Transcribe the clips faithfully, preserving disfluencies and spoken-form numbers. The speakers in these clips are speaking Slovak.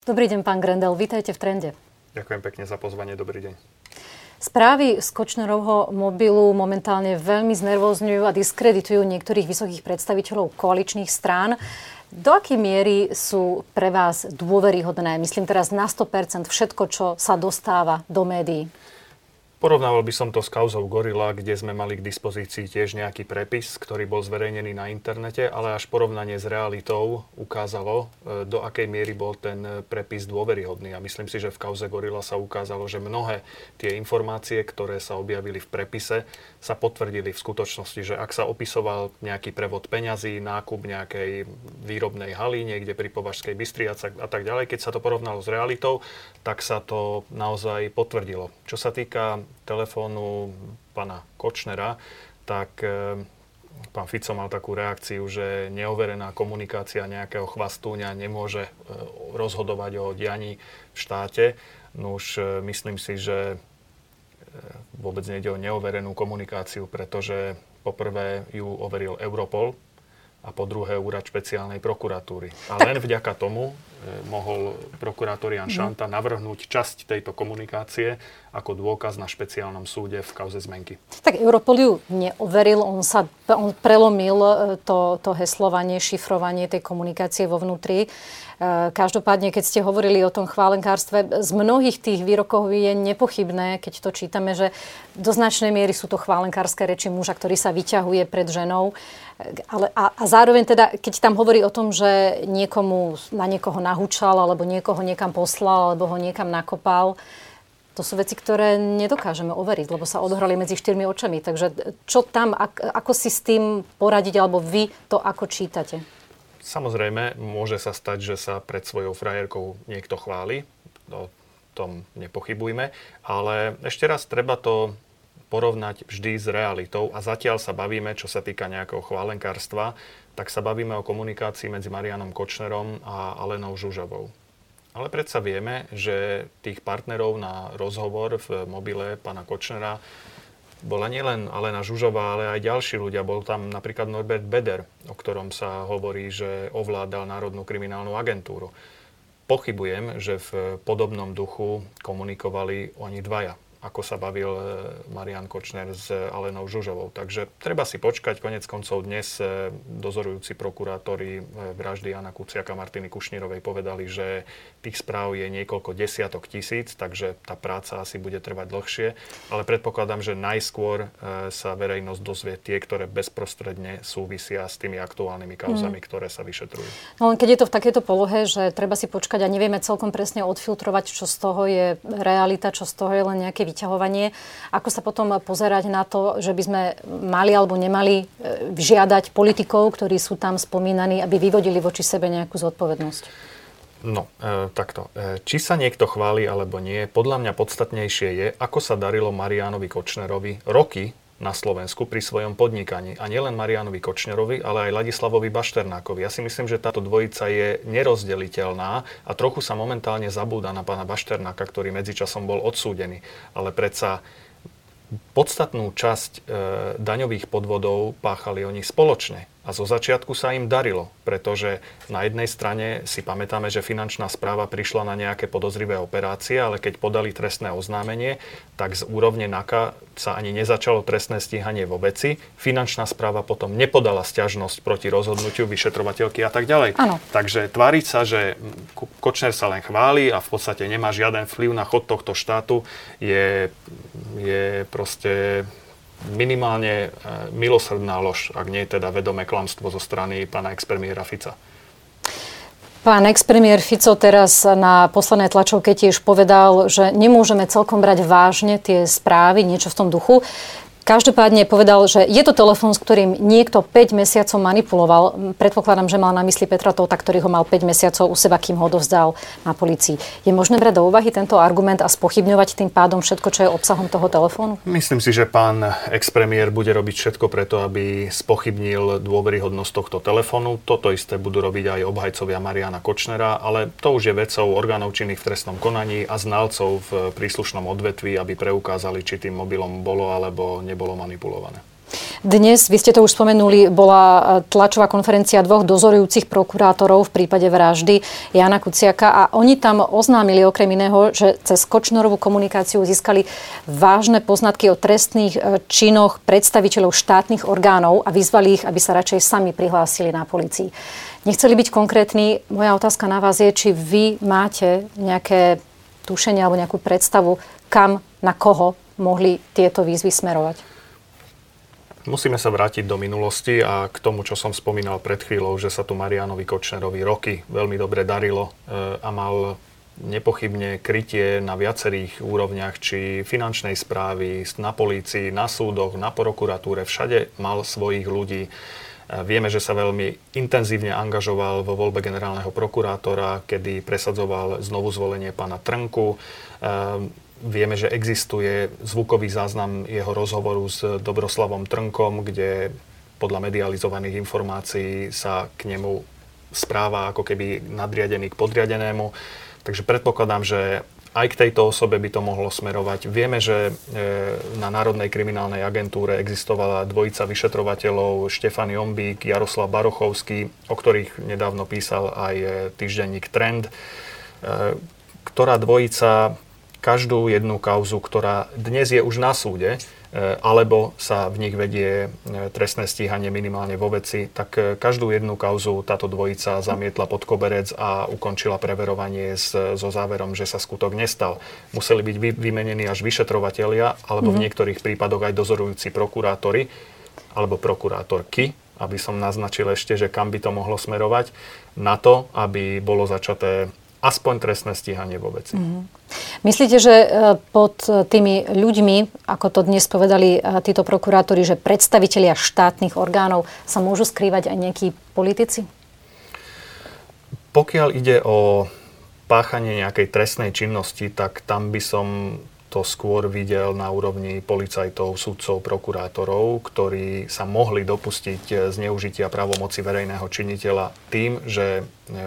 Dobrý deň, pán Grendel, vítajte v Trende. Ďakujem pekne za pozvanie, dobrý deň. Správy z Kočnerovho mobilu momentálne veľmi znervózňujú a diskreditujú niektorých vysokých predstaviteľov koaličných strán. Do akej miery sú pre vás dôveryhodné? Myslím teraz na sto percent všetko, čo sa dostáva do médií. Porovnával by som to s kauzou Gorila, kde sme mali k dispozícii tiež nejaký prepis, ktorý bol zverejnený na internete, ale až porovnanie s realitou ukázalo, do akej miery bol ten prepis dôveryhodný. A myslím si, že v kauze Gorila sa ukázalo, že mnohé tie informácie, ktoré sa objavili v prepise, sa potvrdili v skutočnosti, že ak sa opisoval nejaký prevod peňazí, nákup nejakej výrobnej haly niekde pri Považskej Bystrici a tak ďalej, keď sa to porovnalo s realitou, tak sa to naozaj potvrdilo. Čo sa týka telefónu pána Kočnera, tak e, pán Fico mal takú reakciu, že neoverená komunikácia nejakého chvastúňa nemôže e, rozhodovať o dianí v štáte. No už e, myslím si, že e, vôbec nejde o neoverenú komunikáciu, pretože poprvé ju overil Europol a po druhé úrad špeciálnej prokuratúry. A len vďaka tomu mohol prokurátor Jan Šanta navrhnúť časť tejto komunikácie ako dôkaz na špeciálnom súde v kauze Zmenky. Tak Europol ju neoveril, on sa on prelomil to, to heslovanie, šifrovanie tej komunikácie vo vnútri. Každopádne, keď ste hovorili o tom chválenkárstve, z mnohých tých výrokov je nepochybné, keď to čítame, že do značnej miery sú to chválenkárske reči muža, ktorý sa vyťahuje pred ženou. Ale, a, a zároveň teda, keď tam hovorí o tom, že niekomu, na niekoho nahúčal, alebo niekoho niekam poslal, alebo ho niekam nakopal, to sú veci, ktoré nedokážeme overiť, lebo sa odohrali medzi štyrmi očami. Takže čo tam, ak, ako si s tým poradiť, alebo vy to ako čítate? Samozrejme, môže sa stať, že sa pred svojou frajerkou niekto chváli. O tom nepochybujme. Ale ešte raz, treba to porovnať vždy s realitou. A zatiaľ sa bavíme, čo sa týka nejakého chválenkárstva, tak sa bavíme o komunikácii medzi Marianom Kočnerom a Alenou Žužovou. Ale predsa vieme, že tých partnerov na rozhovor v mobile pána Kočnera bola nielen Alena Žužová, ale aj ďalší ľudia. Bol tam napríklad Norbert Beder, o ktorom sa hovorí, že ovládal Národnú kriminálnu agentúru. Pochybujem, že v podobnom duchu komunikovali oni dvaja, ako sa bavil Marian Kočner s Alenou Žužovou. Takže treba si počkať. Konec koncov dnes dozorujúci prokurátori vraždy Jana Kuciaka a Martiny Kušnírovej povedali, že tých správ je niekoľko desiatok tisíc, takže tá práca asi bude trvať dlhšie. Ale predpokladám, že najskôr sa verejnosť dozvie tie, ktoré bezprostredne súvisia s tými aktuálnymi kauzami, mm. ktoré sa vyšetrujú. No len keď je to v takejto polohe, že treba si počkať a nevieme celkom presne odfiltrovať, čo z toho je realita, čo z toho je len nejaké vyťahovanie. Ako sa potom pozerať na to, že by sme mali alebo nemali žiadať politikov, ktorí sú tam spomínaní, aby vyvodili voči sebe nejakú zodpovednosť? No, e, takto. E, či sa niekto chváli alebo nie, podľa mňa podstatnejšie je, ako sa darilo Marianovi Kočnerovi roky na Slovensku pri svojom podnikaní. A nielen Marianovi Kočnerovi, ale aj Ladislavovi Bašternákovi. Ja si myslím, že táto dvojica je nerozdeliteľná a trochu sa momentálne zabúda na pána Bašternáka, ktorý medzičasom bol odsúdený. Ale predsa podstatnú časť e, daňových podvodov páchali oni spoločne. A zo začiatku sa im darilo, pretože na jednej strane si pamätáme, že finančná správa prišla na nejaké podozrivé operácie, ale keď podali trestné oznámenie, tak z úrovne NAKA sa ani nezačalo trestné stíhanie vo veci. Finančná správa potom nepodala sťažnosť proti rozhodnutiu vyšetrovateľky a tak ďalej. Ano. Takže tváriť sa, že Kočner sa len chváli a v podstate nemá žiaden vplyv na chod tohto štátu, je, je proste minimálne milosrdná lož, ak nie je teda vedomé klamstvo zo strany pána ex-premiéra Fica. Pán ex-premiér Fico teraz na poslednej tlačovke tiež povedal, že nemôžeme celkom brať vážne tie správy, niečo v tom duchu. Každopádne povedal, že je to telefón, s ktorým niekto päť mesiacov manipuloval. Predpokladám, že mal na mysli Petra Tóta, ktorý ho mal päť mesiacov u seba, kým ho odovzdal na polícii. Je možné brať do úvahy tento argument a spochybňovať tým pádom všetko, čo je obsahom toho telefónu? Myslím si, že pán ex-premiér bude robiť všetko preto, aby spochybnil dôveryhodnosť tohto telefónu. Toto isté budú robiť aj obhajcovia Mariana Kočnera, ale to už je vecou orgánov činných v trestnom konaní a znalcov v príslušnom odvetví, aby preukázali, či tým mobilom bolo alebo nebolo bolo manipulované. Dnes, vy ste to už spomenuli, bola tlačová konferencia dvoch dozorujúcich prokurátorov v prípade vraždy Jána Kuciaka a oni tam oznámili okrem iného, že cez Kočnerovú komunikáciu získali vážne poznatky o trestných činoch predstaviteľov štátnych orgánov a vyzvali ich, aby sa radšej sami prihlásili na polícii. Nechceli byť konkrétni, moja otázka na vás je, či vy máte nejaké tušenie alebo nejakú predstavu, kam, na koho mohli tieto výzvy smerovať? Musíme sa vrátiť do minulosti a k tomu, čo som spomínal pred chvíľou, že sa tu Marianovi Kočnerovi roky veľmi dobre darilo a mal nepochybne krytie na viacerých úrovniach, či finančnej správy, na polícii, na súdoch, na prokuratúre, všade mal svojich ľudí. Vieme, že sa veľmi intenzívne angažoval vo voľbe generálneho prokurátora, kedy presadzoval znovu zvolenie pána Trnku. Vieme, že existuje zvukový záznam jeho rozhovoru s Dobroslavom Trnkom, kde podľa medializovaných informácií sa k nemu správa ako keby nadriadený k podriadenému. Takže predpokladám, že aj k tejto osobe by to mohlo smerovať. Vieme, že na Národnej kriminálnej agentúre existovala dvojica vyšetrovateľov Štefan Jombík, Jaroslav Barochovský, o ktorých nedávno písal aj týždenník Trend, ktorá dvojica každú jednu kauzu, ktorá dnes je už na súde, alebo sa v nich vedie trestné stíhanie minimálne vo veci, tak každú jednu kauzu táto dvojica zamietla pod koberec a ukončila preverovanie s, so záverom, že sa skutok nestal. Museli byť vy, vymenení až vyšetrovatelia, alebo mm-hmm. v niektorých prípadoch aj dozorujúci prokurátori, alebo prokurátorky, aby som naznačil ešte, že kam by to mohlo smerovať, na to, aby bolo začaté aspoň trestné stíhanie vo veci. Mm-hmm. Myslíte, že pod tými ľuďmi, ako to dnes povedali títo prokurátori, že predstavitelia štátnych orgánov sa môžu skrývať aj nejakí politici? Pokiaľ ide o páchanie nejakej trestnej činnosti, tak tam by som to skôr videl na úrovni policajtov, sudcov, prokurátorov, ktorí sa mohli dopustiť zneužitia právomoci verejného činiteľa tým, že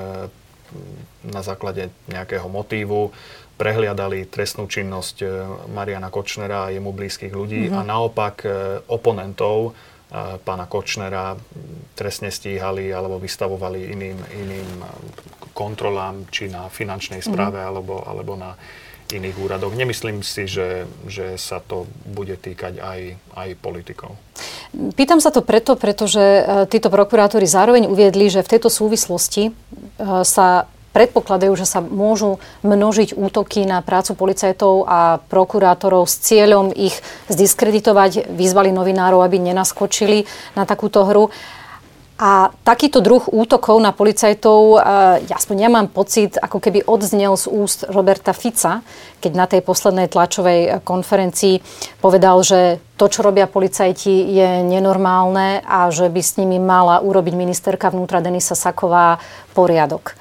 na základe nejakého motívu prehliadali trestnú činnosť Mariana Kočnera a jemu blízkych ľudí mm-hmm. a naopak oponentov pána Kočnera trestne stíhali alebo vystavovali iným, iným kontrolám, či na finančnej správe mm-hmm. alebo, alebo na iných úradoch. Nemyslím si, že, že sa to bude týkať aj, aj politikov. Pýtam sa to preto, pretože títo prokurátori zároveň uviedli, že v tejto súvislosti sa predpokladajú, že sa môžu množiť útoky na prácu policajtov a prokurátorov s cieľom ich zdiskreditovať. Vyzvali novinárov, aby nenaskočili na takúto hru. A takýto druh útokov na policajtov, ja aspoň ja mám pocit, ako keby odznel z úst Roberta Fica, keď na tej poslednej tlačovej konferencii povedal, že to, čo robia policajti, je nenormálne a že by s nimi mala urobiť ministerka vnútra Denisa Saková poriadok.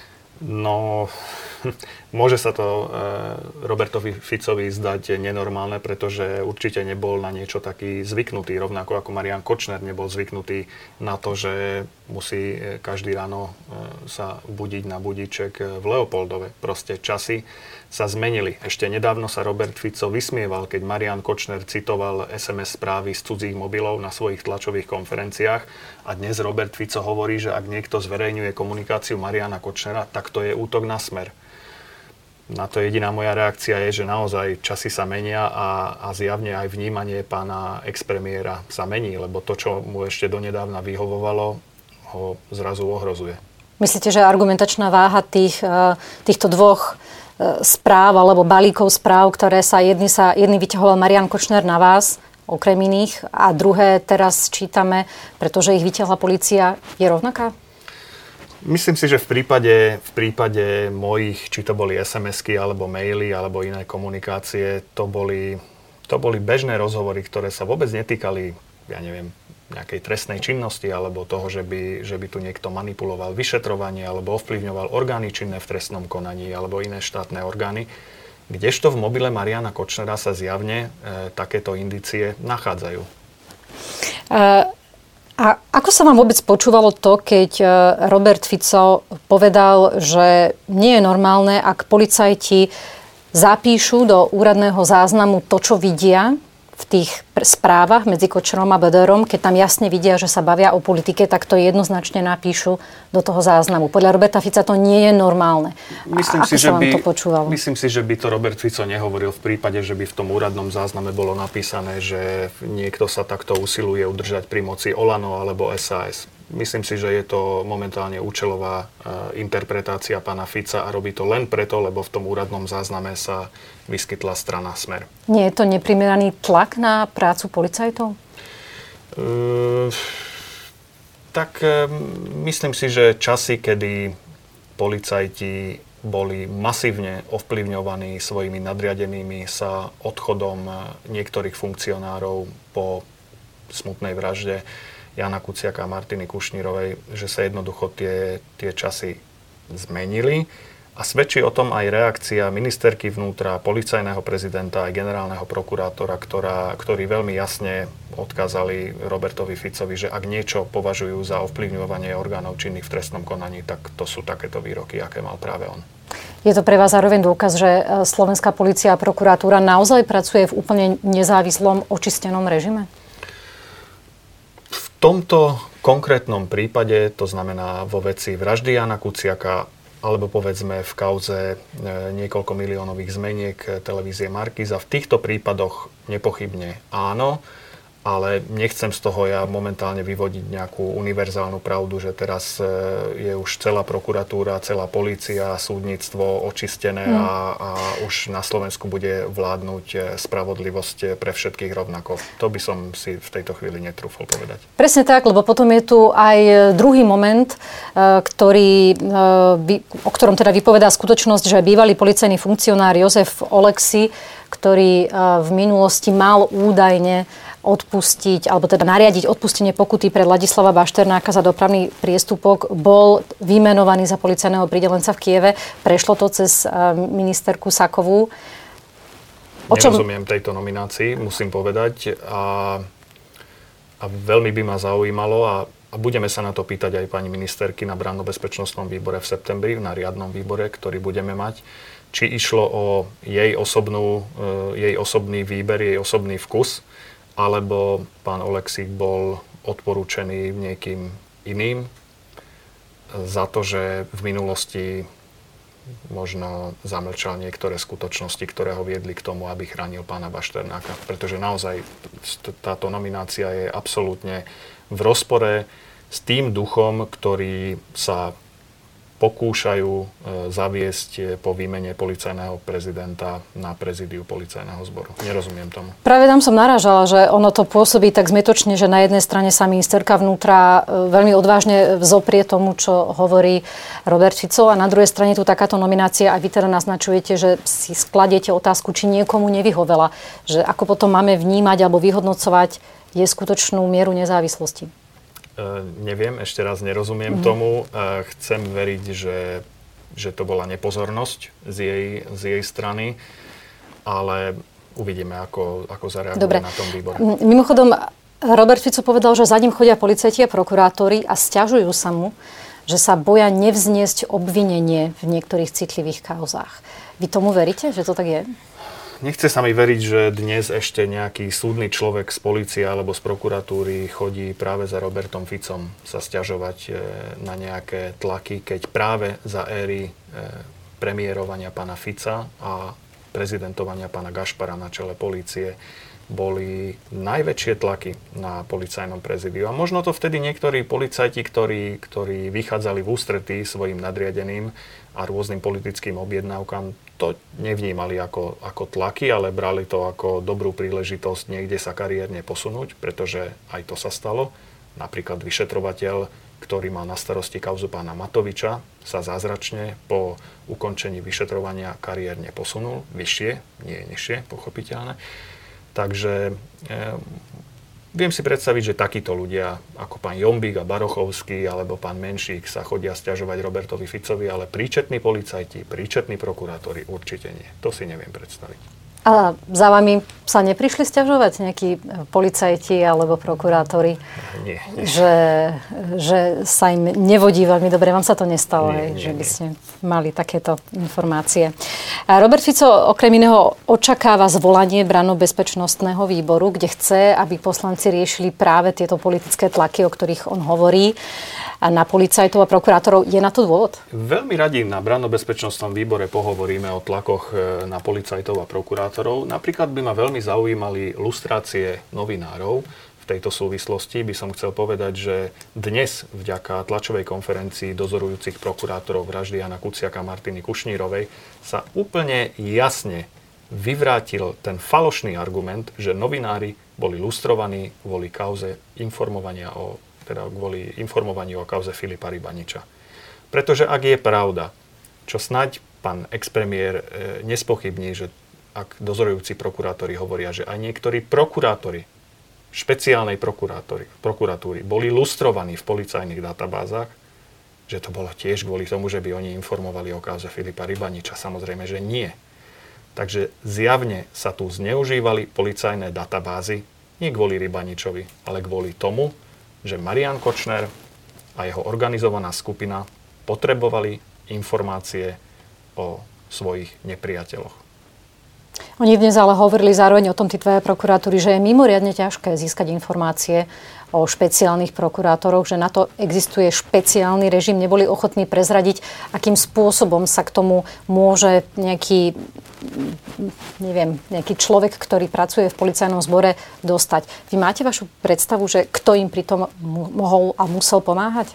No, môže sa to Robertovi Ficovi zdať nenormálne, pretože určite nebol na niečo taký zvyknutý, rovnako ako Marian Kočner nebol zvyknutý na to, že musí každý ráno sa budiť na budíček v Leopoldove. Proste časy sa zmenili. Ešte nedávno sa Robert Fico vysmieval, keď Marian Kočner citoval es em es správy z cudzích mobilov na svojich tlačových konferenciách a dnes Robert Fico hovorí, že ak niekto zverejňuje komunikáciu Mariana Kočnera, tak to je útok na Smer. Na to jediná moja reakcia je, že naozaj časy sa menia a, a zjavne aj vnímanie pána expremiéra sa mení, lebo to, čo mu ešte donedávna vyhovovalo, ho zrazu ohrozuje. Myslíte, že argumentačná váha tých, týchto dvoch správ alebo balíkov správ, ktoré sa jedný, sa, jedný vyťahoval Marian Kočner na vás, okrem iných, a druhé teraz čítame, pretože ich vyťahla polícia, je rovnaká? Myslím si, že v prípade, v prípade mojich, či to boli es em esky, alebo maily, alebo iné komunikácie, to boli, to boli bežné rozhovory, ktoré sa vôbec netýkali, ja neviem, nejakej trestnej činnosti, alebo toho, že by, že by tu niekto manipuloval vyšetrovanie, alebo ovplyvňoval orgány činné v trestnom konaní, alebo iné štátne orgány. Kdežto v mobile Mariana Kočnera sa zjavne e, takéto indície nachádzajú. Uh... A ako sa vám vôbec počúvalo to, keď Robert Fico povedal, že nie je normálne, ak policajti zapíšu do úradného záznamu to, čo vidia v tých správach medzi Kočnerom a Böderom, keď tam jasne vidia, že sa bavia o politike, tak to jednoznačne napíšu do toho záznamu. Podľa Roberta Fica to nie je normálne. Myslím, si, že by, to počúvalo? myslím si, že by to Robert Fico nehovoril v prípade, že by v tom úradnom zázname bolo napísané, že niekto sa takto usiluje udržať pri moci Olano alebo es a es. Myslím si, že je to momentálne účelová e, interpretácia pána Fica a robí to len preto, lebo v tom úradnom zázname sa vyskytla strana Smer. Nie je to neprimeraný tlak na prácu policajtov? E, tak e, myslím si, že časy, kedy policajti boli masívne ovplyvňovaní svojimi nadriadenými, sa odchodom niektorých funkcionárov po smutnej vražde Jana Kuciaka a Martiny Kušnírovej, že sa jednoducho tie, tie časy zmenili. A svedčí o tom aj reakcia ministerky vnútra, policajného prezidenta aj generálneho prokurátora, ktorá, ktorí veľmi jasne odkázali Robertovi Ficovi, že ak niečo považujú za ovplyvňovanie orgánov činných v trestnom konaní, tak to sú takéto výroky, aké mal práve on. Je to pre vás zároveň dôkaz, že slovenská polícia a prokuratúra naozaj pracuje v úplne nezávislom, očistenom režime? V tomto konkrétnom prípade, to znamená vo veci vraždy Jana Kuciaka, alebo povedzme v kauze niekoľko miliónových zmeniek televízie Markíza, v týchto prípadoch nepochybne áno, ale nechcem z toho ja momentálne vyvodiť nejakú univerzálnu pravdu, že teraz je už celá prokuratúra, celá polícia, súdnictvo očistené hmm. a, a už na Slovensku bude vládnuť spravodlivosť pre všetkých rovnako. To by som si v tejto chvíli netrúfol povedať. Presne tak, lebo potom je tu aj druhý moment, ktorý, o ktorom teda vypovedá skutočnosť, že bývalý policajný funkcionár Jozef Oleksy, ktorý v minulosti mal údajne odpustiť, alebo teda nariadiť odpustenie pokuty pre Ladislava Bašternáka za dopravný priestupok, bol vymenovaný za policajného pridelenca v Kieve. Prešlo to cez ministerku Sakovú. O čom... Nerozumiem tejto nominácii, musím povedať. A, a veľmi by ma zaujímalo, a, a budeme sa na to pýtať aj pani ministerky na branno-bezpečnostnom výbore v septembri, na riadnom výbore, ktorý budeme mať, či išlo o jej, osobnú, jej osobný výber, jej osobný vkus, alebo pán Oleksík bol odporúčený niekým iným za to, že v minulosti možno zamlčal niektoré skutočnosti, ktoré ho viedli k tomu, aby chránil pána Bašternáka. Pretože naozaj táto nominácia je absolútne v rozpore s tým duchom, ktorý sa pokúšajú e, zaviesť po výmene policajného prezidenta na prezídiu policajného zboru. Nerozumiem tomu. Práve tam som narážala, že ono to pôsobí tak zmetočne, že na jednej strane sa ministerka vnútra e, veľmi odvážne vzoprie tomu, čo hovorí Robert Fico, a na druhej strane tu takáto nominácia, a vy teda naznačujete, že si skladiete otázku, či niekomu nevyhovela. Že ako potom máme vnímať alebo vyhodnocovať jej skutočnú mieru nezávislosti. Uh, neviem, ešte raz nerozumiem mm. tomu. Uh, chcem veriť, že, že to bola nepozornosť z jej, z jej strany, ale uvidíme, ako, ako zareaguje Dobre. na tom výbore. Mimochodom, Robert Fico povedal, že za ním chodia policajti a prokurátori a sťažujú sa mu, že sa boja nevzniesť obvinenie v niektorých citlivých kauzách. Vy tomu veríte, že to tak je? Nechce sa mi veriť, že dnes ešte nejaký súdny človek z polície alebo z prokuratúry chodí práve za Robertom Ficom sa sťažovať na nejaké tlaky, keď práve za éry premiérovania pána Fica a prezidentovania pána Gašpara na čele polície boli najväčšie tlaky na policajnom prezidiu. A možno to vtedy niektorí policajti, ktorí, ktorí vychádzali v ústretí svojim nadriadeným a rôznym politickým objednávkam, to nevnímali ako, ako tlaky, ale brali to ako dobrú príležitosť niekde sa kariérne posunúť, pretože aj to sa stalo. Napríklad vyšetrovateľ, ktorý má na starosti kauzu pána Matoviča, sa zázračne po ukončení vyšetrovania kariérne posunul vyššie, nie nižšie, pochopiteľné. Takže e, viem si predstaviť, že takíto ľudia, ako pán Jombík a Barochovský alebo pán Menšík, sa chodia sťažovať Robertovi Ficovi, ale príčetní policajti, príčetní prokurátori určite nie. To si neviem predstaviť. A za vami sa neprišli sťažovať nejakí policajti alebo prokurátori? Nie. nie. Že, že sa im nevodí veľmi dobre. Vám sa to nestalo, nie, aj, nie, že by nie. ste mali takéto informácie. Robert Fico okrem iného očakáva zvolanie branno-bezpečnostného výboru, kde chce, aby poslanci riešili práve tieto politické tlaky, o ktorých on hovorí, a na policajtov a prokurátorov. Je na to dôvod? Veľmi radi na branno-bezpečnostnom výbore pohovoríme o tlakoch na policajtov a prokurátorov. Napríklad by ma veľmi zaujímali lustrácie novinárov. V tejto súvislosti by som chcel povedať, že dnes vďaka tlačovej konferencii dozorujúcich prokurátorov vraždy Jana Kuciaka a Martiny Kušnírovej sa úplne jasne vyvrátil ten falošný argument, že novinári boli lustrovaní kvôli kauze informovania o teda kvôli informovaniu o kauze Filipa Rybaniča. Pretože ak je pravda, čo snáď pán expremiér e, nespochybní, že ak dozorujúci prokurátori hovoria, že aj niektorí prokurátori špeciálnej prokuratúry boli lustrovaní v policajných databázach, že to bolo tiež kvôli tomu, že by oni informovali o kauze Filipa Rybaniča. Samozrejme, že nie. Takže zjavne sa tu zneužívali policajné databázy nie kvôli Rybaničovi, ale kvôli tomu, že Marián Kočner a jeho organizovaná skupina potrebovali informácie o svojich nepriateľoch. Oni dnes ale hovorili zároveň o tom, tí tvoje prokuratúry, že je mimoriadne ťažké získať informácie o špeciálnych prokurátoroch, že na to existuje špeciálny režim. Neboli ochotní prezradiť, akým spôsobom sa k tomu môže nejaký, neviem, nejaký človek, ktorý pracuje v policajnom zbore, dostať. Vy máte vašu predstavu, že kto im pri tom mohol a musel pomáhať?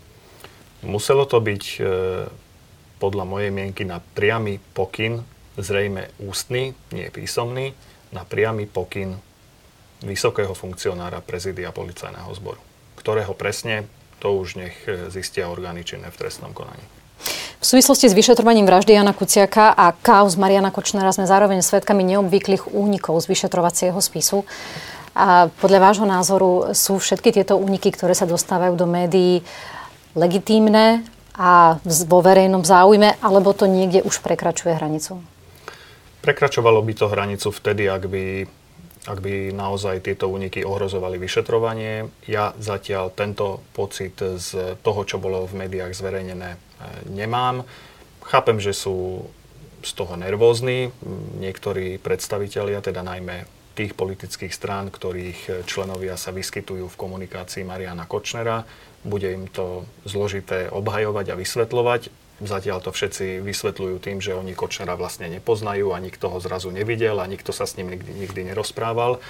Muselo to byť e, podľa mojej mienky na priamy pokyn, zrejme ústny, nie písomný, na priamy pokyn vysokého funkcionára prezidia policajného zboru, ktorého presne, to už nech zistia orgány činné v trestnom konaní. V súvislosti s vyšetrovaním vraždy Jana Kuciaka a káuz Mariana Kočnera sme zároveň svedkami neobvyklých únikov z vyšetrovacieho spisu. A podľa vášho názoru sú všetky tieto úniky, ktoré sa dostávajú do médií, legitímne a vo verejnom záujme, alebo to niekde už prekračuje hranicu? Prekračovalo by to hranicu vtedy, ak by, ak by naozaj tieto úniky ohrozovali vyšetrovanie. Ja zatiaľ tento pocit z toho, čo bolo v médiách zverejnené, nemám. Chápem, že sú z toho nervózni niektorí predstavitelia, teda najmä tých politických strán, ktorých členovia sa vyskytujú v komunikácii Mariana Kočnera. Bude im to zložité obhajovať a vysvetľovať. Zatiaľ to všetci vysvetľujú tým, že oni Kočnera vlastne nepoznajú a nikto ho zrazu nevidel a nikto sa s ním nikdy, nikdy nerozprával.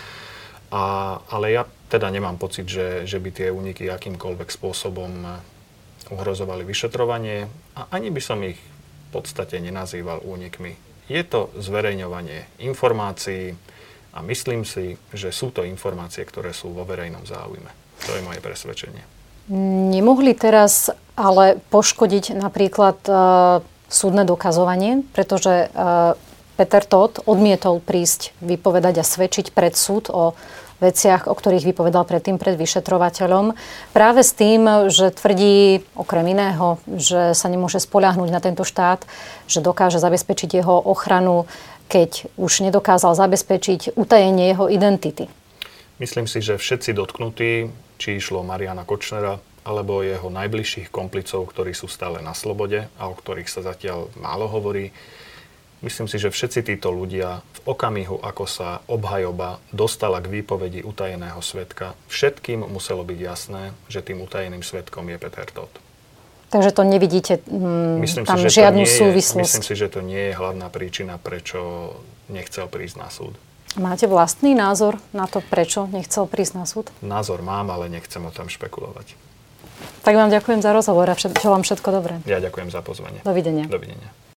A, ale ja teda nemám pocit, že, že by tie úniky akýmkoľvek spôsobom ohrozovali vyšetrovanie a ani by som ich v podstate nenazýval únikmi. Je to zverejňovanie informácií a myslím si, že sú to informácie, ktoré sú vo verejnom záujme. To je moje presvedčenie. Nemohli teraz ale poškodiť napríklad e, súdne dokazovanie, pretože e, Peter Tóth odmietol prísť vypovedať a svedčiť pred súd o veciach, o ktorých vypovedal predtým pred vyšetrovateľom. Práve s tým, že tvrdí okrem iného, že sa nemôže spoľahnúť na tento štát, že dokáže zabezpečiť jeho ochranu, keď už nedokázal zabezpečiť utajenie jeho identity. Myslím si, že všetci dotknutí, či išlo Mariana Kočnera, alebo jeho najbližších komplicov, ktorí sú stále na slobode a o ktorých sa zatiaľ málo hovorí. Myslím si, že všetci títo ľudia v okamihu, ako sa obhajoba dostala k výpovedi utajeného svedka, všetkým muselo byť jasné, že tým utajeným svedkom je Peter Tóth. Takže to nevidíte mm, myslím tam si, žiadnu je, súvislosť. Myslím si, že to nie je hlavná príčina, prečo nechcel prísť na súd. Máte vlastný názor na to, prečo nechcel prísť na súd? Názor mám, ale nechcem o tom špekulovať. Tak vám ďakujem za rozhovor a želám všetko dobré. Ja ďakujem za pozvanie. Dovidenia. Dovidenia.